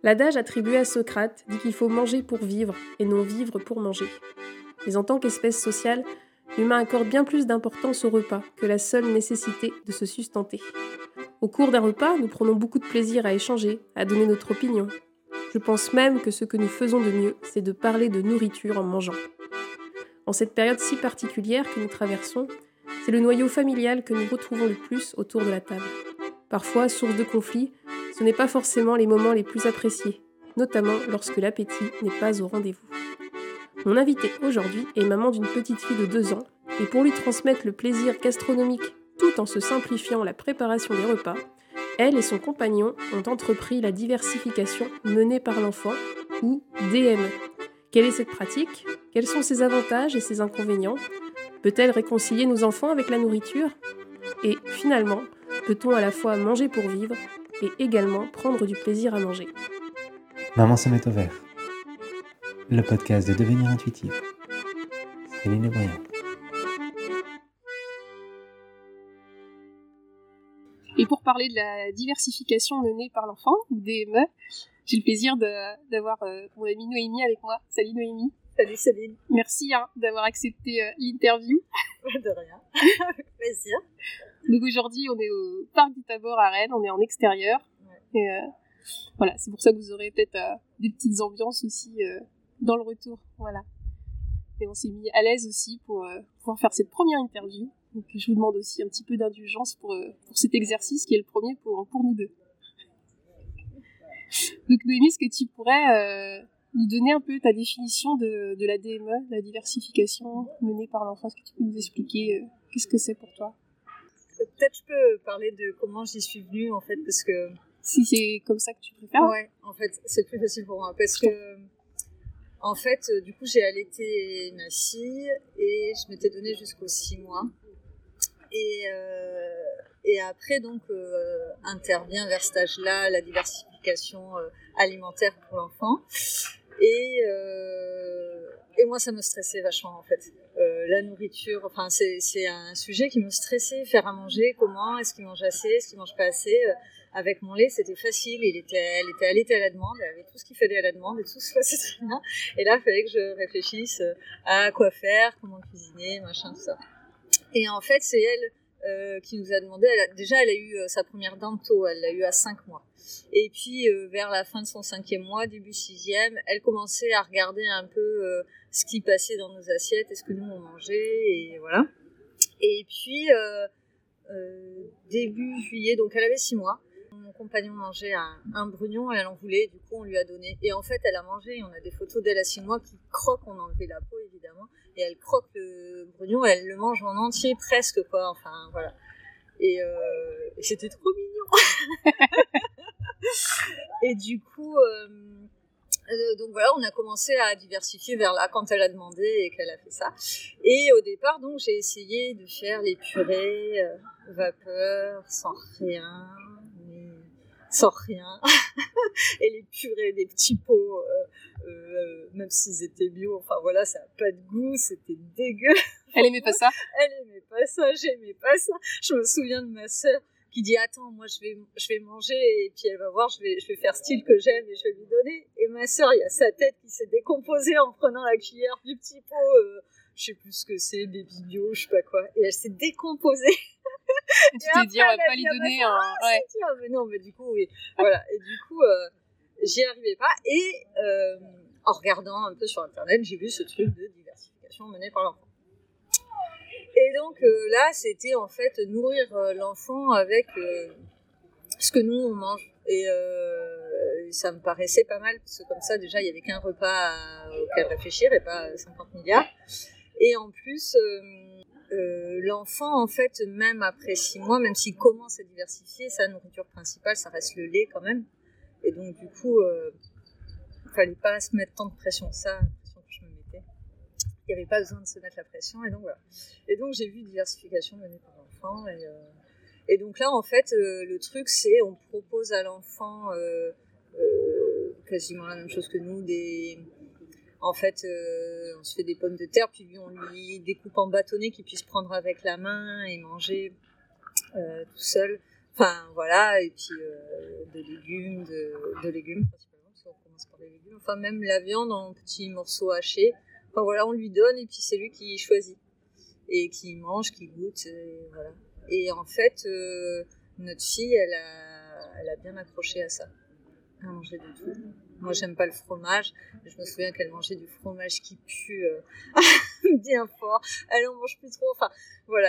L'adage attribué à Socrate dit qu'il faut manger pour vivre et non vivre pour manger. Mais en tant qu'espèce sociale, l'humain accorde bien plus d'importance au repas que la seule nécessité de se sustenter. Au cours d'un repas, nous prenons beaucoup de plaisir à échanger, à donner notre opinion. Je pense même que ce que nous faisons de mieux, c'est de parler de nourriture en mangeant. En cette période si particulière que nous traversons, c'est le noyau familial que nous retrouvons le plus autour de la table. Parfois, source de conflits, ce n'est pas forcément les moments les plus appréciés, notamment lorsque l'appétit n'est pas au rendez-vous. Mon invitée aujourd'hui est maman d'une petite fille de 2 ans, et pour lui transmettre le plaisir gastronomique tout en se simplifiant la préparation des repas, elle et son compagnon ont entrepris la diversification menée par l'enfant, ou DME. Quelle est cette pratique ? Quels sont ses avantages et ses inconvénients ? Peut-elle réconcilier nos enfants avec la nourriture ? Et finalement, peut-on à la fois manger pour vivre et également prendre du plaisir à manger ? Maman se met au vert. Le podcast de Devenir Intuitive. Céline Lebrien. Et pour parler de la diversification menée par l'enfant, ou DME, j'ai le plaisir d'avoir mon amie Noémie avec moi. Salut Noémie. Salut Céline. Merci d'avoir accepté l'interview. De rien. Avec plaisir. Donc aujourd'hui, on est au Parc du Tabor à Rennes, on est en extérieur. Ouais. Et voilà, c'est pour ça que vous aurez peut-être des petites ambiances aussi dans le retour. Voilà. Et on s'est mis à l'aise aussi pour pouvoir faire cette première interview. Donc je vous demande aussi un petit peu d'indulgence pour cet exercice qui est le premier pour nous deux. Donc Noémie, est-ce que tu pourrais nous donner un peu ta définition de la DME, la diversification menée par l'enfant ? Est-ce que tu peux nous expliquer qu'est-ce que c'est pour toi ? Peut-être je peux parler de comment j'y suis venue en fait, parce que... Si c'est comme ça que tu préfères. Ouais, en fait, c'est plus facile pour moi, parce que... En fait, du coup, j'ai allaité ma fille et je m'étais donnée jusqu'aux 6 mois. Et après, donc, intervient vers cet âge-là la diversification alimentaire pour l'enfant. Et moi, ça me stressait vachement, en fait. La nourriture, enfin, c'est un sujet qui me stressait. Faire à manger, comment, est-ce qu'il mange assez, est-ce qu'il mange pas assez. Avec mon lait, c'était facile. Elle était allaitée à la demande, elle avait tout ce qu'il fallait à la demande et tout se passait très bien. Et là, il fallait que je réfléchisse à quoi faire, comment cuisiner, machin, tout ça. Et en fait, c'est elle qui nous a demandé, elle a eu sa première dent tôt, elle l'a eu à 5 mois. Et puis, vers la fin de son 5e mois, début 6e, elle commençait à regarder un peu ce qui passait dans nos assiettes, est-ce que nous on mangeait, et voilà. Et puis, début juillet, donc elle avait 6 mois, mon compagnon mangeait un brugnon et elle en voulait, du coup on lui a donné. Et en fait, elle a mangé, on a des photos d'elle à 6 mois qui croque, on a enlevé la peau évidemment, et elle croque le brugnon et elle le mange en entier presque, quoi, enfin voilà. Et c'était trop mignon. Et du coup, donc voilà, on a commencé à diversifier vers là quand elle a demandé et qu'elle a fait ça. Et au départ, donc j'ai essayé de faire les purées vapeur, sans rien. Et les purées des petits pots, même s'ils étaient bio, enfin voilà, ça n'a pas de goût, c'était dégueu. Elle aimait pas ça ? Elle aimait pas ça, j'aimais pas ça. Je me souviens de ma sœur qui dit attends, moi je vais manger et puis elle va voir, je vais faire style que j'aime et je vais lui donner. Et ma sœur, il y a sa tête qui s'est décomposée en prenant la cuillère du petit pot, je sais plus ce que c'est, baby bio, je sais pas quoi, et elle s'est décomposée. Tu t'es dit on va pas lui donner un... Ouais. Mais non, mais du coup, oui. Voilà. Et du coup, j'y arrivais pas. Et en regardant un peu sur Internet, j'ai vu ce truc de diversification menée par l'enfant. Et donc là, c'était en fait nourrir l'enfant avec ce que nous, on mange. Et ça me paraissait pas mal, parce que comme ça, déjà, il n'y avait qu'un repas auquel réfléchir et pas 50 milliards. Et en plus... l'enfant, en fait, même après 6 mois, même s'il commence à diversifier, sa nourriture principale, ça reste le lait quand même. Et donc, du coup, il fallait pas se mettre tant de pression que ça, la pression que je me mettais. Il n'y avait pas besoin de se mettre la pression, et donc voilà. Et donc, j'ai vu diversification menée par l'enfant. Et donc là, en fait, le truc, c'est on propose à l'enfant quasiment la même chose que nous, En fait, on se fait des pommes de terre, puis on lui découpe en bâtonnets qu'il puisse prendre avec la main et manger tout seul. Enfin, voilà, et puis de légumes principalement, parce qu'on commence par les légumes. Enfin, même la viande en petits morceaux hachés. Enfin voilà, on lui donne et puis c'est lui qui choisit. Et qui mange, qui goûte, et voilà. Et en fait, notre fille, elle a bien accroché à ça. Elle mangeait de tout. Moi, j'aime pas le fromage. Je me souviens qu'elle mangeait du fromage qui pue bien fort. Elle en mange plus trop. Enfin, voilà,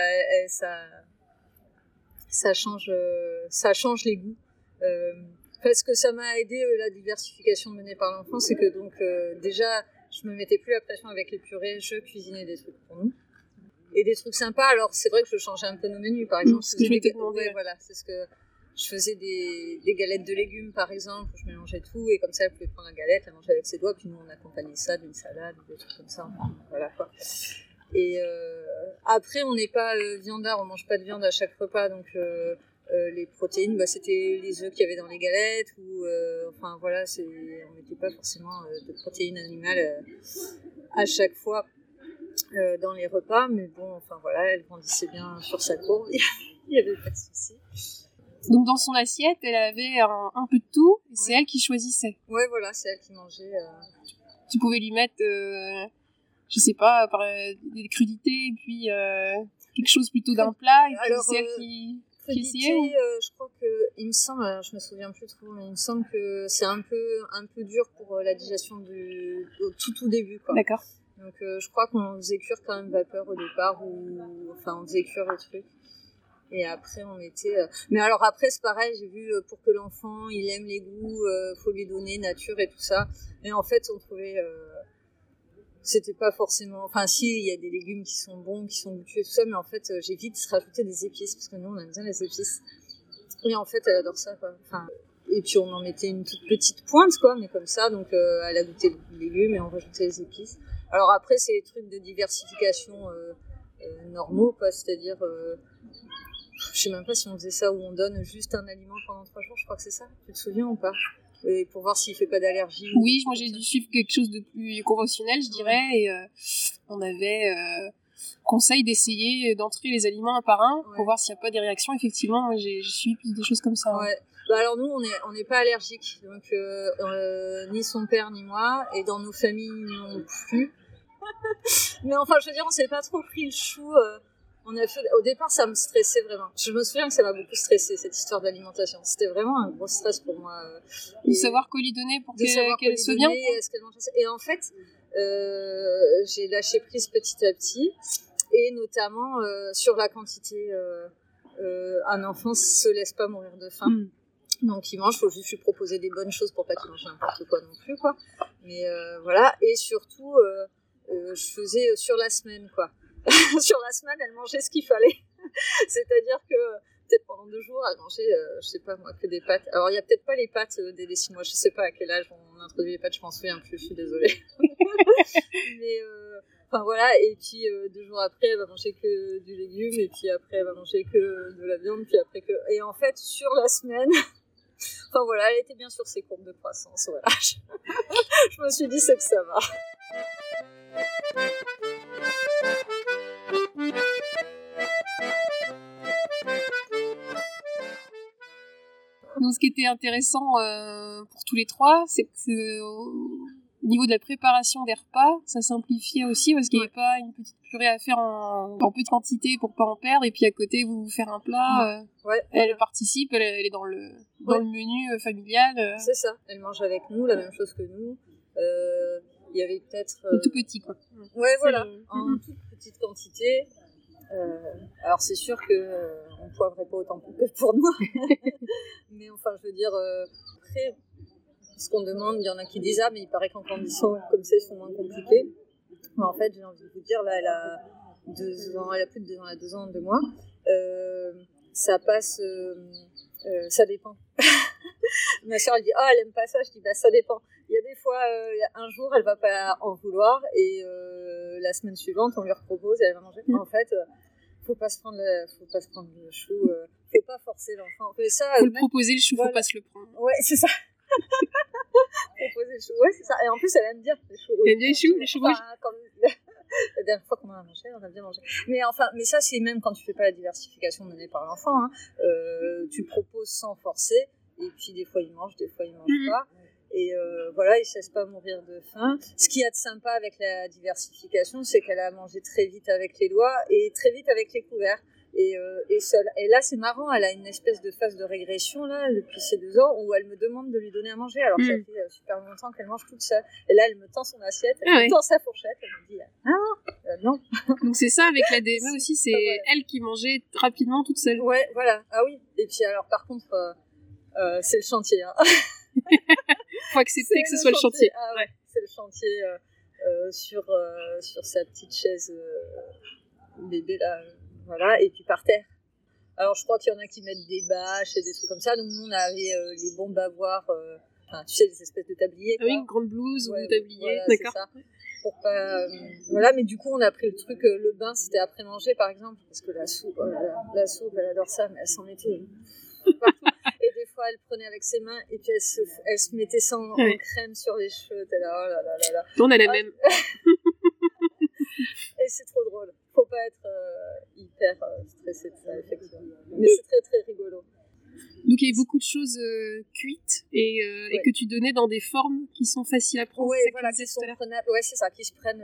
ça change les goûts. Parce que ça m'a aidé la diversification menée par l'enfant, c'est que donc déjà, je me mettais plus la pression avec les purées. Je cuisinais des trucs pour nous. Et des trucs sympas. Alors, c'est vrai que je changeais un peu nos menus, par exemple. Voilà, c'est ce que je faisais des galettes de légumes, par exemple, où je mélangeais tout, et comme ça, elle pouvait prendre la galette, la manger avec ses doigts, puis nous, on accompagnait ça d'une salade, des trucs comme ça. Enfin, voilà, quoi. Et après, on n'est pas viandard, on mange pas de viande à chaque repas, donc les protéines, c'était les œufs qu'il y avait dans les galettes, ou enfin, voilà, on mettait pas forcément de protéines animales à chaque fois. Dans les repas, mais bon, enfin voilà, elle grandissait bien sur sa courbe, il n'y avait pas de souci. Donc dans son assiette, elle avait un peu de tout, et c'est elle qui choisissait. Ouais, voilà, c'est elle qui mangeait. Tu pouvais lui mettre, je sais pas, des crudités, et puis quelque chose plutôt d'un plat, et puis c'est elle qui essayait. Je crois que, il me semble, alors je me souviens plus trop, mais il me semble que c'est un peu dur pour la digestion au tout début, quoi. D'accord. Donc je crois qu'on faisait cuire quand même vapeur au départ, enfin on faisait cuire les trucs. Et après on était... Mais alors après c'est pareil, j'ai vu pour que l'enfant il aime les goûts, faut lui donner nature et tout ça. Et en fait on trouvait... c'était pas forcément... Enfin si, il y a des légumes qui sont bons, qui sont goûtus et tout ça, mais en fait j'ai vite rajouté des épices, parce que nous on aime bien les épices. Et en fait elle adore ça, quoi. Enfin, et puis on en mettait une toute petite pointe, quoi, mais comme ça, donc elle a goûté les légumes et on rajoutait les épices. Alors après, c'est des trucs de diversification normaux, quoi. C'est-à-dire, je sais même pas si on faisait ça où on donne juste un aliment pendant 3 jours, je crois que c'est ça. Tu te souviens ou pas? Et pour voir s'il fait pas d'allergie. Oui, moi j'ai dû suivre quelque chose de plus conventionnel, je dirais, et on avait conseil d'essayer d'entrer les aliments un par un pour voir s'il n'y a pas des réactions. Effectivement, moi j'ai suivi plus des choses comme ça. Ouais. Alors nous, on n'est pas allergiques, donc ni son père ni moi, et dans nos familles non plus. Mais enfin, je veux dire, on s'est pas trop pris le chou. Au départ, ça me stressait vraiment. Je me souviens que ça m'a beaucoup stressé, cette histoire d'alimentation. C'était vraiment un gros stress pour moi. De savoir quoi lui donner pour qu'elle soit bien. Est-ce qu'elle mange ça. Et en fait, j'ai lâché prise petit à petit, et notamment sur la quantité. Un enfant se laisse pas mourir de faim. Donc il mange, il faut juste lui proposer des bonnes choses pour pas qu'il mange n'importe quoi non plus, quoi. Mais voilà, et surtout je faisais sur la semaine, quoi. Sur la semaine, elle mangeait ce qu'il fallait. C'est-à-dire que peut-être pendant 2 jours, elle mangeait, je sais pas moi, que des pâtes. Alors il y a peut-être pas les pâtes dès les 6 mois, je sais pas à quel âge on introduit les pâtes, je m'en souviens plus, je suis désolée. Mais enfin voilà, et puis 2 jours après, elle va manger que du légume, et puis après, elle va manger que de la viande, puis après que... Et en fait, sur la semaine... Enfin voilà, elle était bien sur ses courbes de croissance, voilà. Je me suis dit, c'est que ça va. Donc ce qui était intéressant pour tous les trois, c'est que au niveau de la préparation des repas, ça simplifiait aussi parce qu'il n'y avait pas une petite purée à faire en petite quantité pour pas en perdre, et puis à côté vous faire un plat. Elle participe, elle est dans le menu familial. C'est ça, elle mange avec nous la même chose que nous. Il y avait peut-être... tout petit, quoi. Ouais, voilà, en toute petite quantité. Alors c'est sûr que on poivrait pas autant que pour nous. Mais enfin, je veux dire, après... Ce qu'on demande, il y en a qui disent mais il paraît qu'en conditions comme ça ils sont moins compliqués. Mais en fait, j'ai envie de vous dire, là elle a 2 ans, elle a plus de 2 ans, elle a 2 ans, 2 mois. Ça passe, ça dépend. Ma soeur elle dit elle aime pas ça, je dis ça dépend. Il y a des fois, un jour elle va pas en vouloir, et la semaine suivante on lui repropose et elle va manger. En fait, faut pas se prendre le chou, faut pas forcer l'enfant. Faut le proposer le chou, faut pas se le prendre. Ouais, c'est ça. Proposer le chou, ouais, c'est ça. Et en plus, elle aime bien les choux rouges. Elle aime bien les choux rouges. La dernière fois qu'on en a mangé, on a bien mangé. Mais ça, c'est même quand tu fais pas la diversification menée par l'enfant. Tu proposes sans forcer, et puis des fois il mange, des fois il mange pas. Et voilà, ils ne cessent pas de mourir de faim. Ce qu'il y a de sympa avec la diversification, c'est qu'elle a mangé très vite avec les doigts et très vite avec les couverts. Et seule. Et là, c'est marrant, elle a une espèce de phase de régression là, depuis ses 2 ans où elle me demande de lui donner à manger. Alors ça fait super longtemps qu'elle mange toute seule. Et là, elle me tend son assiette, elle me tend sa fourchette, elle me dit non. Donc c'est ça avec la DME aussi, c'est elle qui mangeait rapidement toute seule. Ouais, voilà. Ah oui. Et puis alors, par contre, c'est le chantier. Hein. Faut accepter que ce soit le chantier. Ah ouais. C'est le chantier sur sa petite chaise bébé là. Voilà, et puis par terre. Alors, je crois qu'il y en a qui mettent des bâches et des trucs comme ça. Donc, nous, on avait les bons bavoirs, tu sais, des espèces de tabliers. Ah oui, une grande blouse ou tablier, voilà, d'accord. C'est ça. Pour pas, voilà, mais du coup, on a pris le truc, le bain, c'était après manger, par exemple. Parce que la soupe, elle adore ça, mais elle s'en mettait partout. Et des fois, elle prenait avec ses mains et puis elle se mettait ça en crème sur les cheveux. T'es là, oh là là là là. On a la même. Et c'est trop drôle. Faut pas être hyper stressé de ça, effectivement. Mais c'est très très rigolo. Donc il y a beaucoup de choses cuites et que tu donnais dans des formes qui sont faciles à prendre. Oui, voilà, qui sont prenables. Ouais, c'est ça, qui se prennent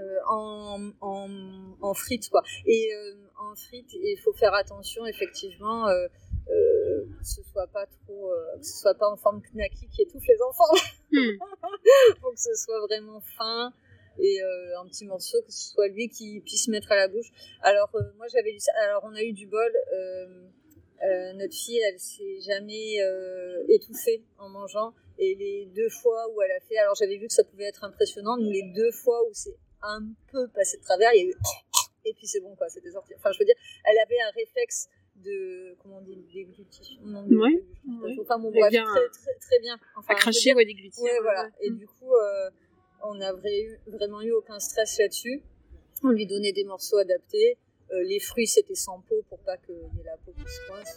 en frites, quoi. Et en frites, il faut faire attention, effectivement, que ce soit pas trop, que ce soit pas en forme knacky qui étouffe les enfants. Faut que ce soit vraiment fin. Et un petit morceau, que ce soit lui qui puisse mettre à la bouche. Alors moi j'avais lu ça, alors on a eu du bol, notre fille elle s'est jamais étouffée en mangeant, et les 2 fois où elle a fait, alors j'avais vu que ça pouvait être impressionnant, mais les 2 fois où c'est un peu passé de travers, il y a eu et puis c'est bon quoi, c'était sorti. Enfin je veux dire, elle avait un réflexe de, comment on dit, déglutition, enfin bon bref, très bien, enfin, à cracher ou à déglutir. Ouais, voilà. Et du coup on n'a vraiment eu aucun stress là-dessus. On lui donnait des morceaux adaptés. Les fruits, c'était sans peau pour pas qu'il y ait la peau qui se coince.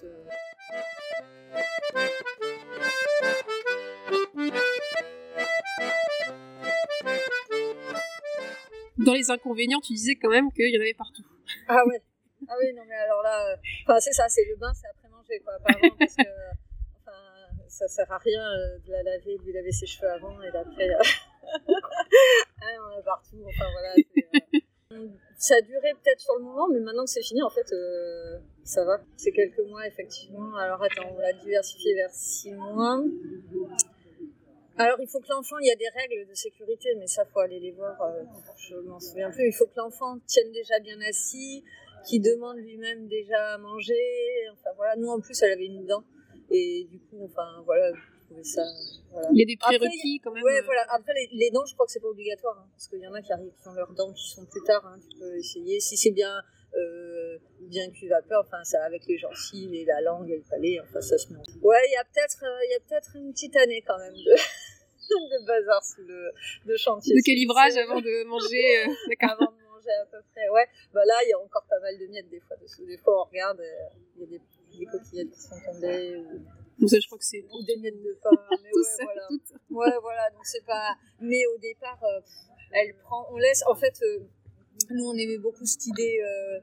Dans les inconvénients, tu disais quand même qu'il y en avait partout. Ah ouais. Ah oui, non mais alors là, c'est ça, c'est le bain, c'est après manger quoi, pas avant, parce que ça sert à rien de la laver, de lui laver ses cheveux avant et d'après. On a partout, enfin voilà. Ça a duré peut-être sur le moment, mais maintenant que c'est fini, en fait, ça va. C'est quelques mois, effectivement. Alors attends, on l'a diversifié vers 6 mois. Alors il faut que l'enfant, il y a des règles de sécurité, mais ça, faut aller les voir, je m'en souviens plus. Il faut que l'enfant tienne déjà bien assis, qu'il demande lui-même déjà à manger. Enfin voilà, nous en plus, elle avait une dent. Et du coup, enfin voilà, je trouvais ça. Voilà. Il y a des prérequis quand même. Ouais, voilà. Après, les dents, je crois que c'est pas obligatoire, hein, parce qu'il y en a qui ont leurs dents qui sont plus tard. Hein, tu peux essayer. Si c'est bien cuit vapeur, enfin ça avec les gencives et la langue et le palais, enfin ça se mange. Ouais, il y a peut-être une petite année quand même de bazar sous le chantier. De calibrage avant de manger. D'accord. Avant de manger à peu près. Ouais. Bah là, il y a encore pas mal de miettes des fois dessous. Des fois, on regarde, il y a des coquillettes qui sont tombées ou ça, je crois que c'est ou des miettes de pain. Mais tout ouais, ça, voilà. tout. Ouais, voilà. Donc c'est pas. Mais au départ, on laisse. En fait, nous on aimait beaucoup cette idée.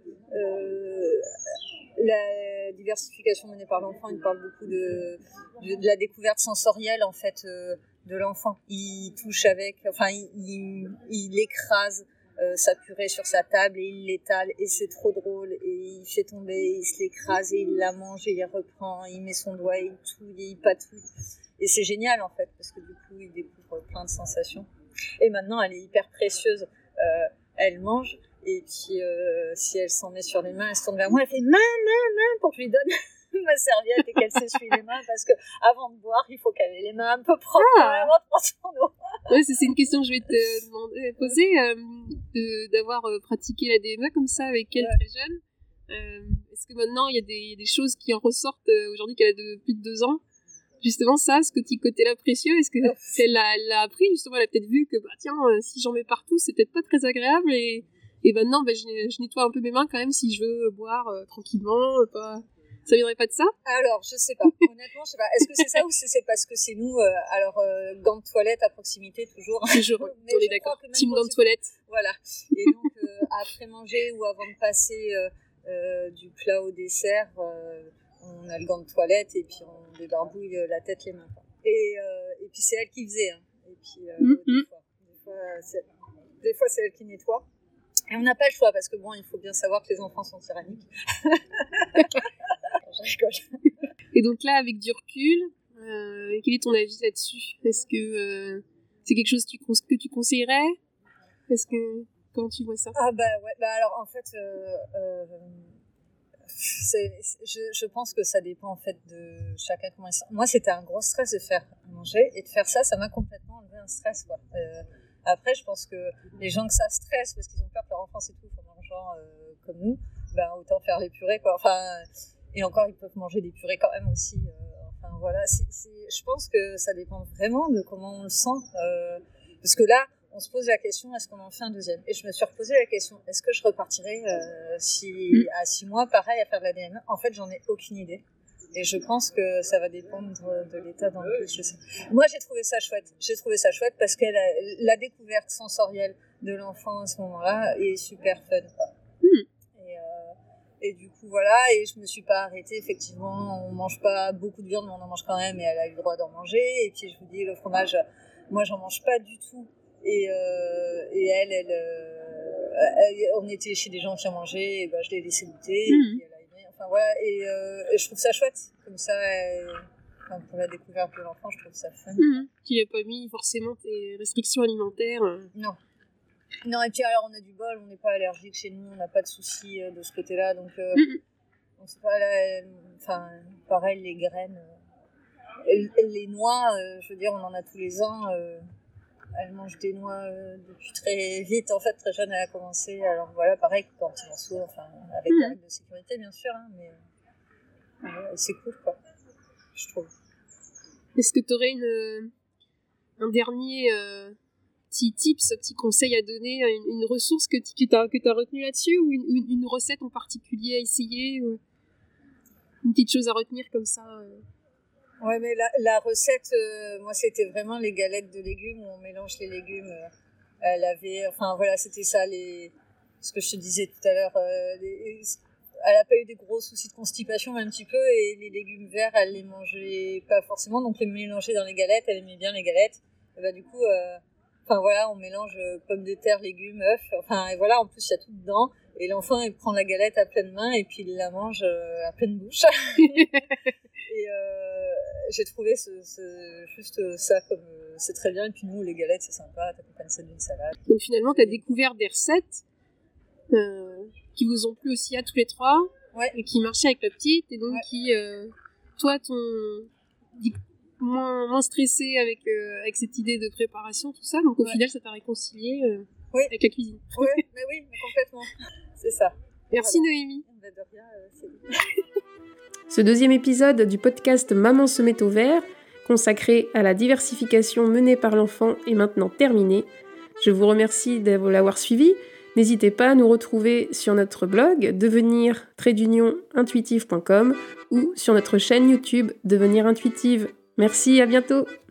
La diversification menée par l'enfant, il parle beaucoup de la découverte sensorielle en fait de l'enfant. Il touche avec, enfin il écrase sa purée sur sa table et il l'étale et c'est trop drôle et il fait tomber, il se l'écrase et il la mange et il reprend, il met son doigt et il touille et il patouille et c'est génial en fait parce que du coup il découvre plein de sensations et maintenant elle est hyper précieuse, elle mange. Et puis, si elle s'en met sur les mains, elle se tourne vers moi, elle fait main, pour que je lui donne ma serviette et qu'elle s'essuie les mains, parce que avant de boire, il faut qu'elle ait les mains un peu propres avant de prendre son eau. Ouais, c'est une question que je vais te poser, d'avoir pratiqué la DME comme ça avec elle très jeune. Est-ce que maintenant, il y a des choses qui en ressortent aujourd'hui qu'elle a plus de 2 ans? Justement, ça, ce petit côté-là précieux, est-ce que si elle l'a appris, justement, elle a peut-être vu que, tiens, si j'en mets partout, c'est peut-être pas très agréable et maintenant, je nettoie un peu mes mains quand même si je veux boire tranquillement. Ça viendrait pas de ça? Alors, je sais pas. Honnêtement, je sais pas. Est-ce que c'est ça ou c'est parce que c'est nous, gants de toilette à proximité toujours. Toujours, on est d'accord. Team gants de toilette. Voilà. Et donc, après manger ou avant de passer du plat au dessert, on a le gant de toilette et puis on débarbouille la tête, les mains. Et puis c'est elle qui faisait. Hein. puis des fois c'est elle qui nettoie. Et on n'a pas le choix parce que bon, il faut bien savoir que les enfants sont tyranniques. Je rigole. Et donc là, avec du recul, quel est ton avis là-dessus? Est-ce que c'est quelque chose que tu conseillerais? Comment tu vois ça? Ah bah ouais, alors en fait, je pense que ça dépend en fait de chacun comment il sent. Moi, c'était un gros stress de faire manger et de faire ça m'a complètement enlevé un stress, quoi. Après, je pense que les gens que ça stresse parce qu'ils ont peur que leur enfant s'étouffe en mangeant comme nous, ben autant faire les purées, quoi. Enfin, et encore, ils peuvent manger des purées quand même aussi. Enfin voilà, je pense que ça dépend vraiment de comment on le sent, parce que là, on se pose la question, est-ce qu'on en fait un deuxième? Et je me suis reposé la question, est-ce que je repartirais à 6 mois, pareil, à faire de la DME? En fait, j'en ai aucune idée. Et je pense que ça va dépendre de l'état dans lequel je sais. Moi, j'ai trouvé ça chouette parce que la découverte sensorielle de l'enfant à ce moment-là est super fun, quoi. Et du coup, voilà, et je me suis pas arrêtée. Effectivement, on mange pas beaucoup de viande, mais on en mange quand même, et elle a eu le droit d'en manger. Et puis, je vous dis, le fromage, moi, j'en mange pas du tout. Et elle, on était chez des gens qui en mangeaient, et ben, je l'ai laissé goûter, et puis elle a aimé. Enfin, voilà, et je trouve ça chouette. Comme ça, pour la découverte de l'enfant, je trouve ça fun. Tu n'as pas mis forcément tes restrictions alimentaires? Non, et puis alors, on a du bol, on n'est pas allergique chez nous, on n'a pas de soucis de ce côté-là, donc on sait pas là, enfin, pareil, les graines, les noix, je veux dire, on en a tous les ans. Elle mange des noix depuis très vite, en fait, très jeune, elle a commencé. Alors voilà, pareil, quand petit morceau, enfin, avec des règles de sécurité, bien sûr, hein, mais c'est cool, quoi, je trouve. Est-ce que tu aurais un dernier petit conseil à donner, une ressource que t'as retenue là-dessus, ou une recette en particulier à essayer, une petite chose à retenir comme ça? Ouais, mais la recette, moi, c'était vraiment les galettes de légumes où on mélange les légumes. Enfin voilà, c'était ça, ce que je te disais tout à l'heure. Elle n'a pas eu des gros soucis de constipation, mais un petit peu, et les légumes verts, elle les mangeait pas forcément, donc les mélanger dans les galettes, elle aimait bien les galettes. Et bah, du coup, enfin voilà, on mélange pommes de terre, légumes, œufs, enfin, et voilà, en plus, il y a tout dedans. Et l'enfant, il prend la galette à pleine main et puis il la mange à pleine bouche. Et j'ai trouvé juste ça comme c'est très bien. Et puis nous, les galettes, c'est sympa, t'accompagnes ça d'une salade. Donc finalement, t'as découvert des recettes qui vous ont plu aussi à tous les trois, et qui marchaient avec la petite, et donc qui, toi, moins stressé avec cette idée de préparation, tout ça. Donc au final, ça t'a réconcilié avec la cuisine. Oui, mais complètement. C'est ça. Merci Noémie. De rien, c'est bon. Ce deuxième épisode du podcast Maman se met au vert, consacré à la diversification menée par l'enfant, est maintenant terminé. Je vous remercie de l'avoir suivi. N'hésitez pas à nous retrouver sur notre blog devenir-intuitive.com ou sur notre chaîne YouTube Devenir Intuitive. Merci, à bientôt.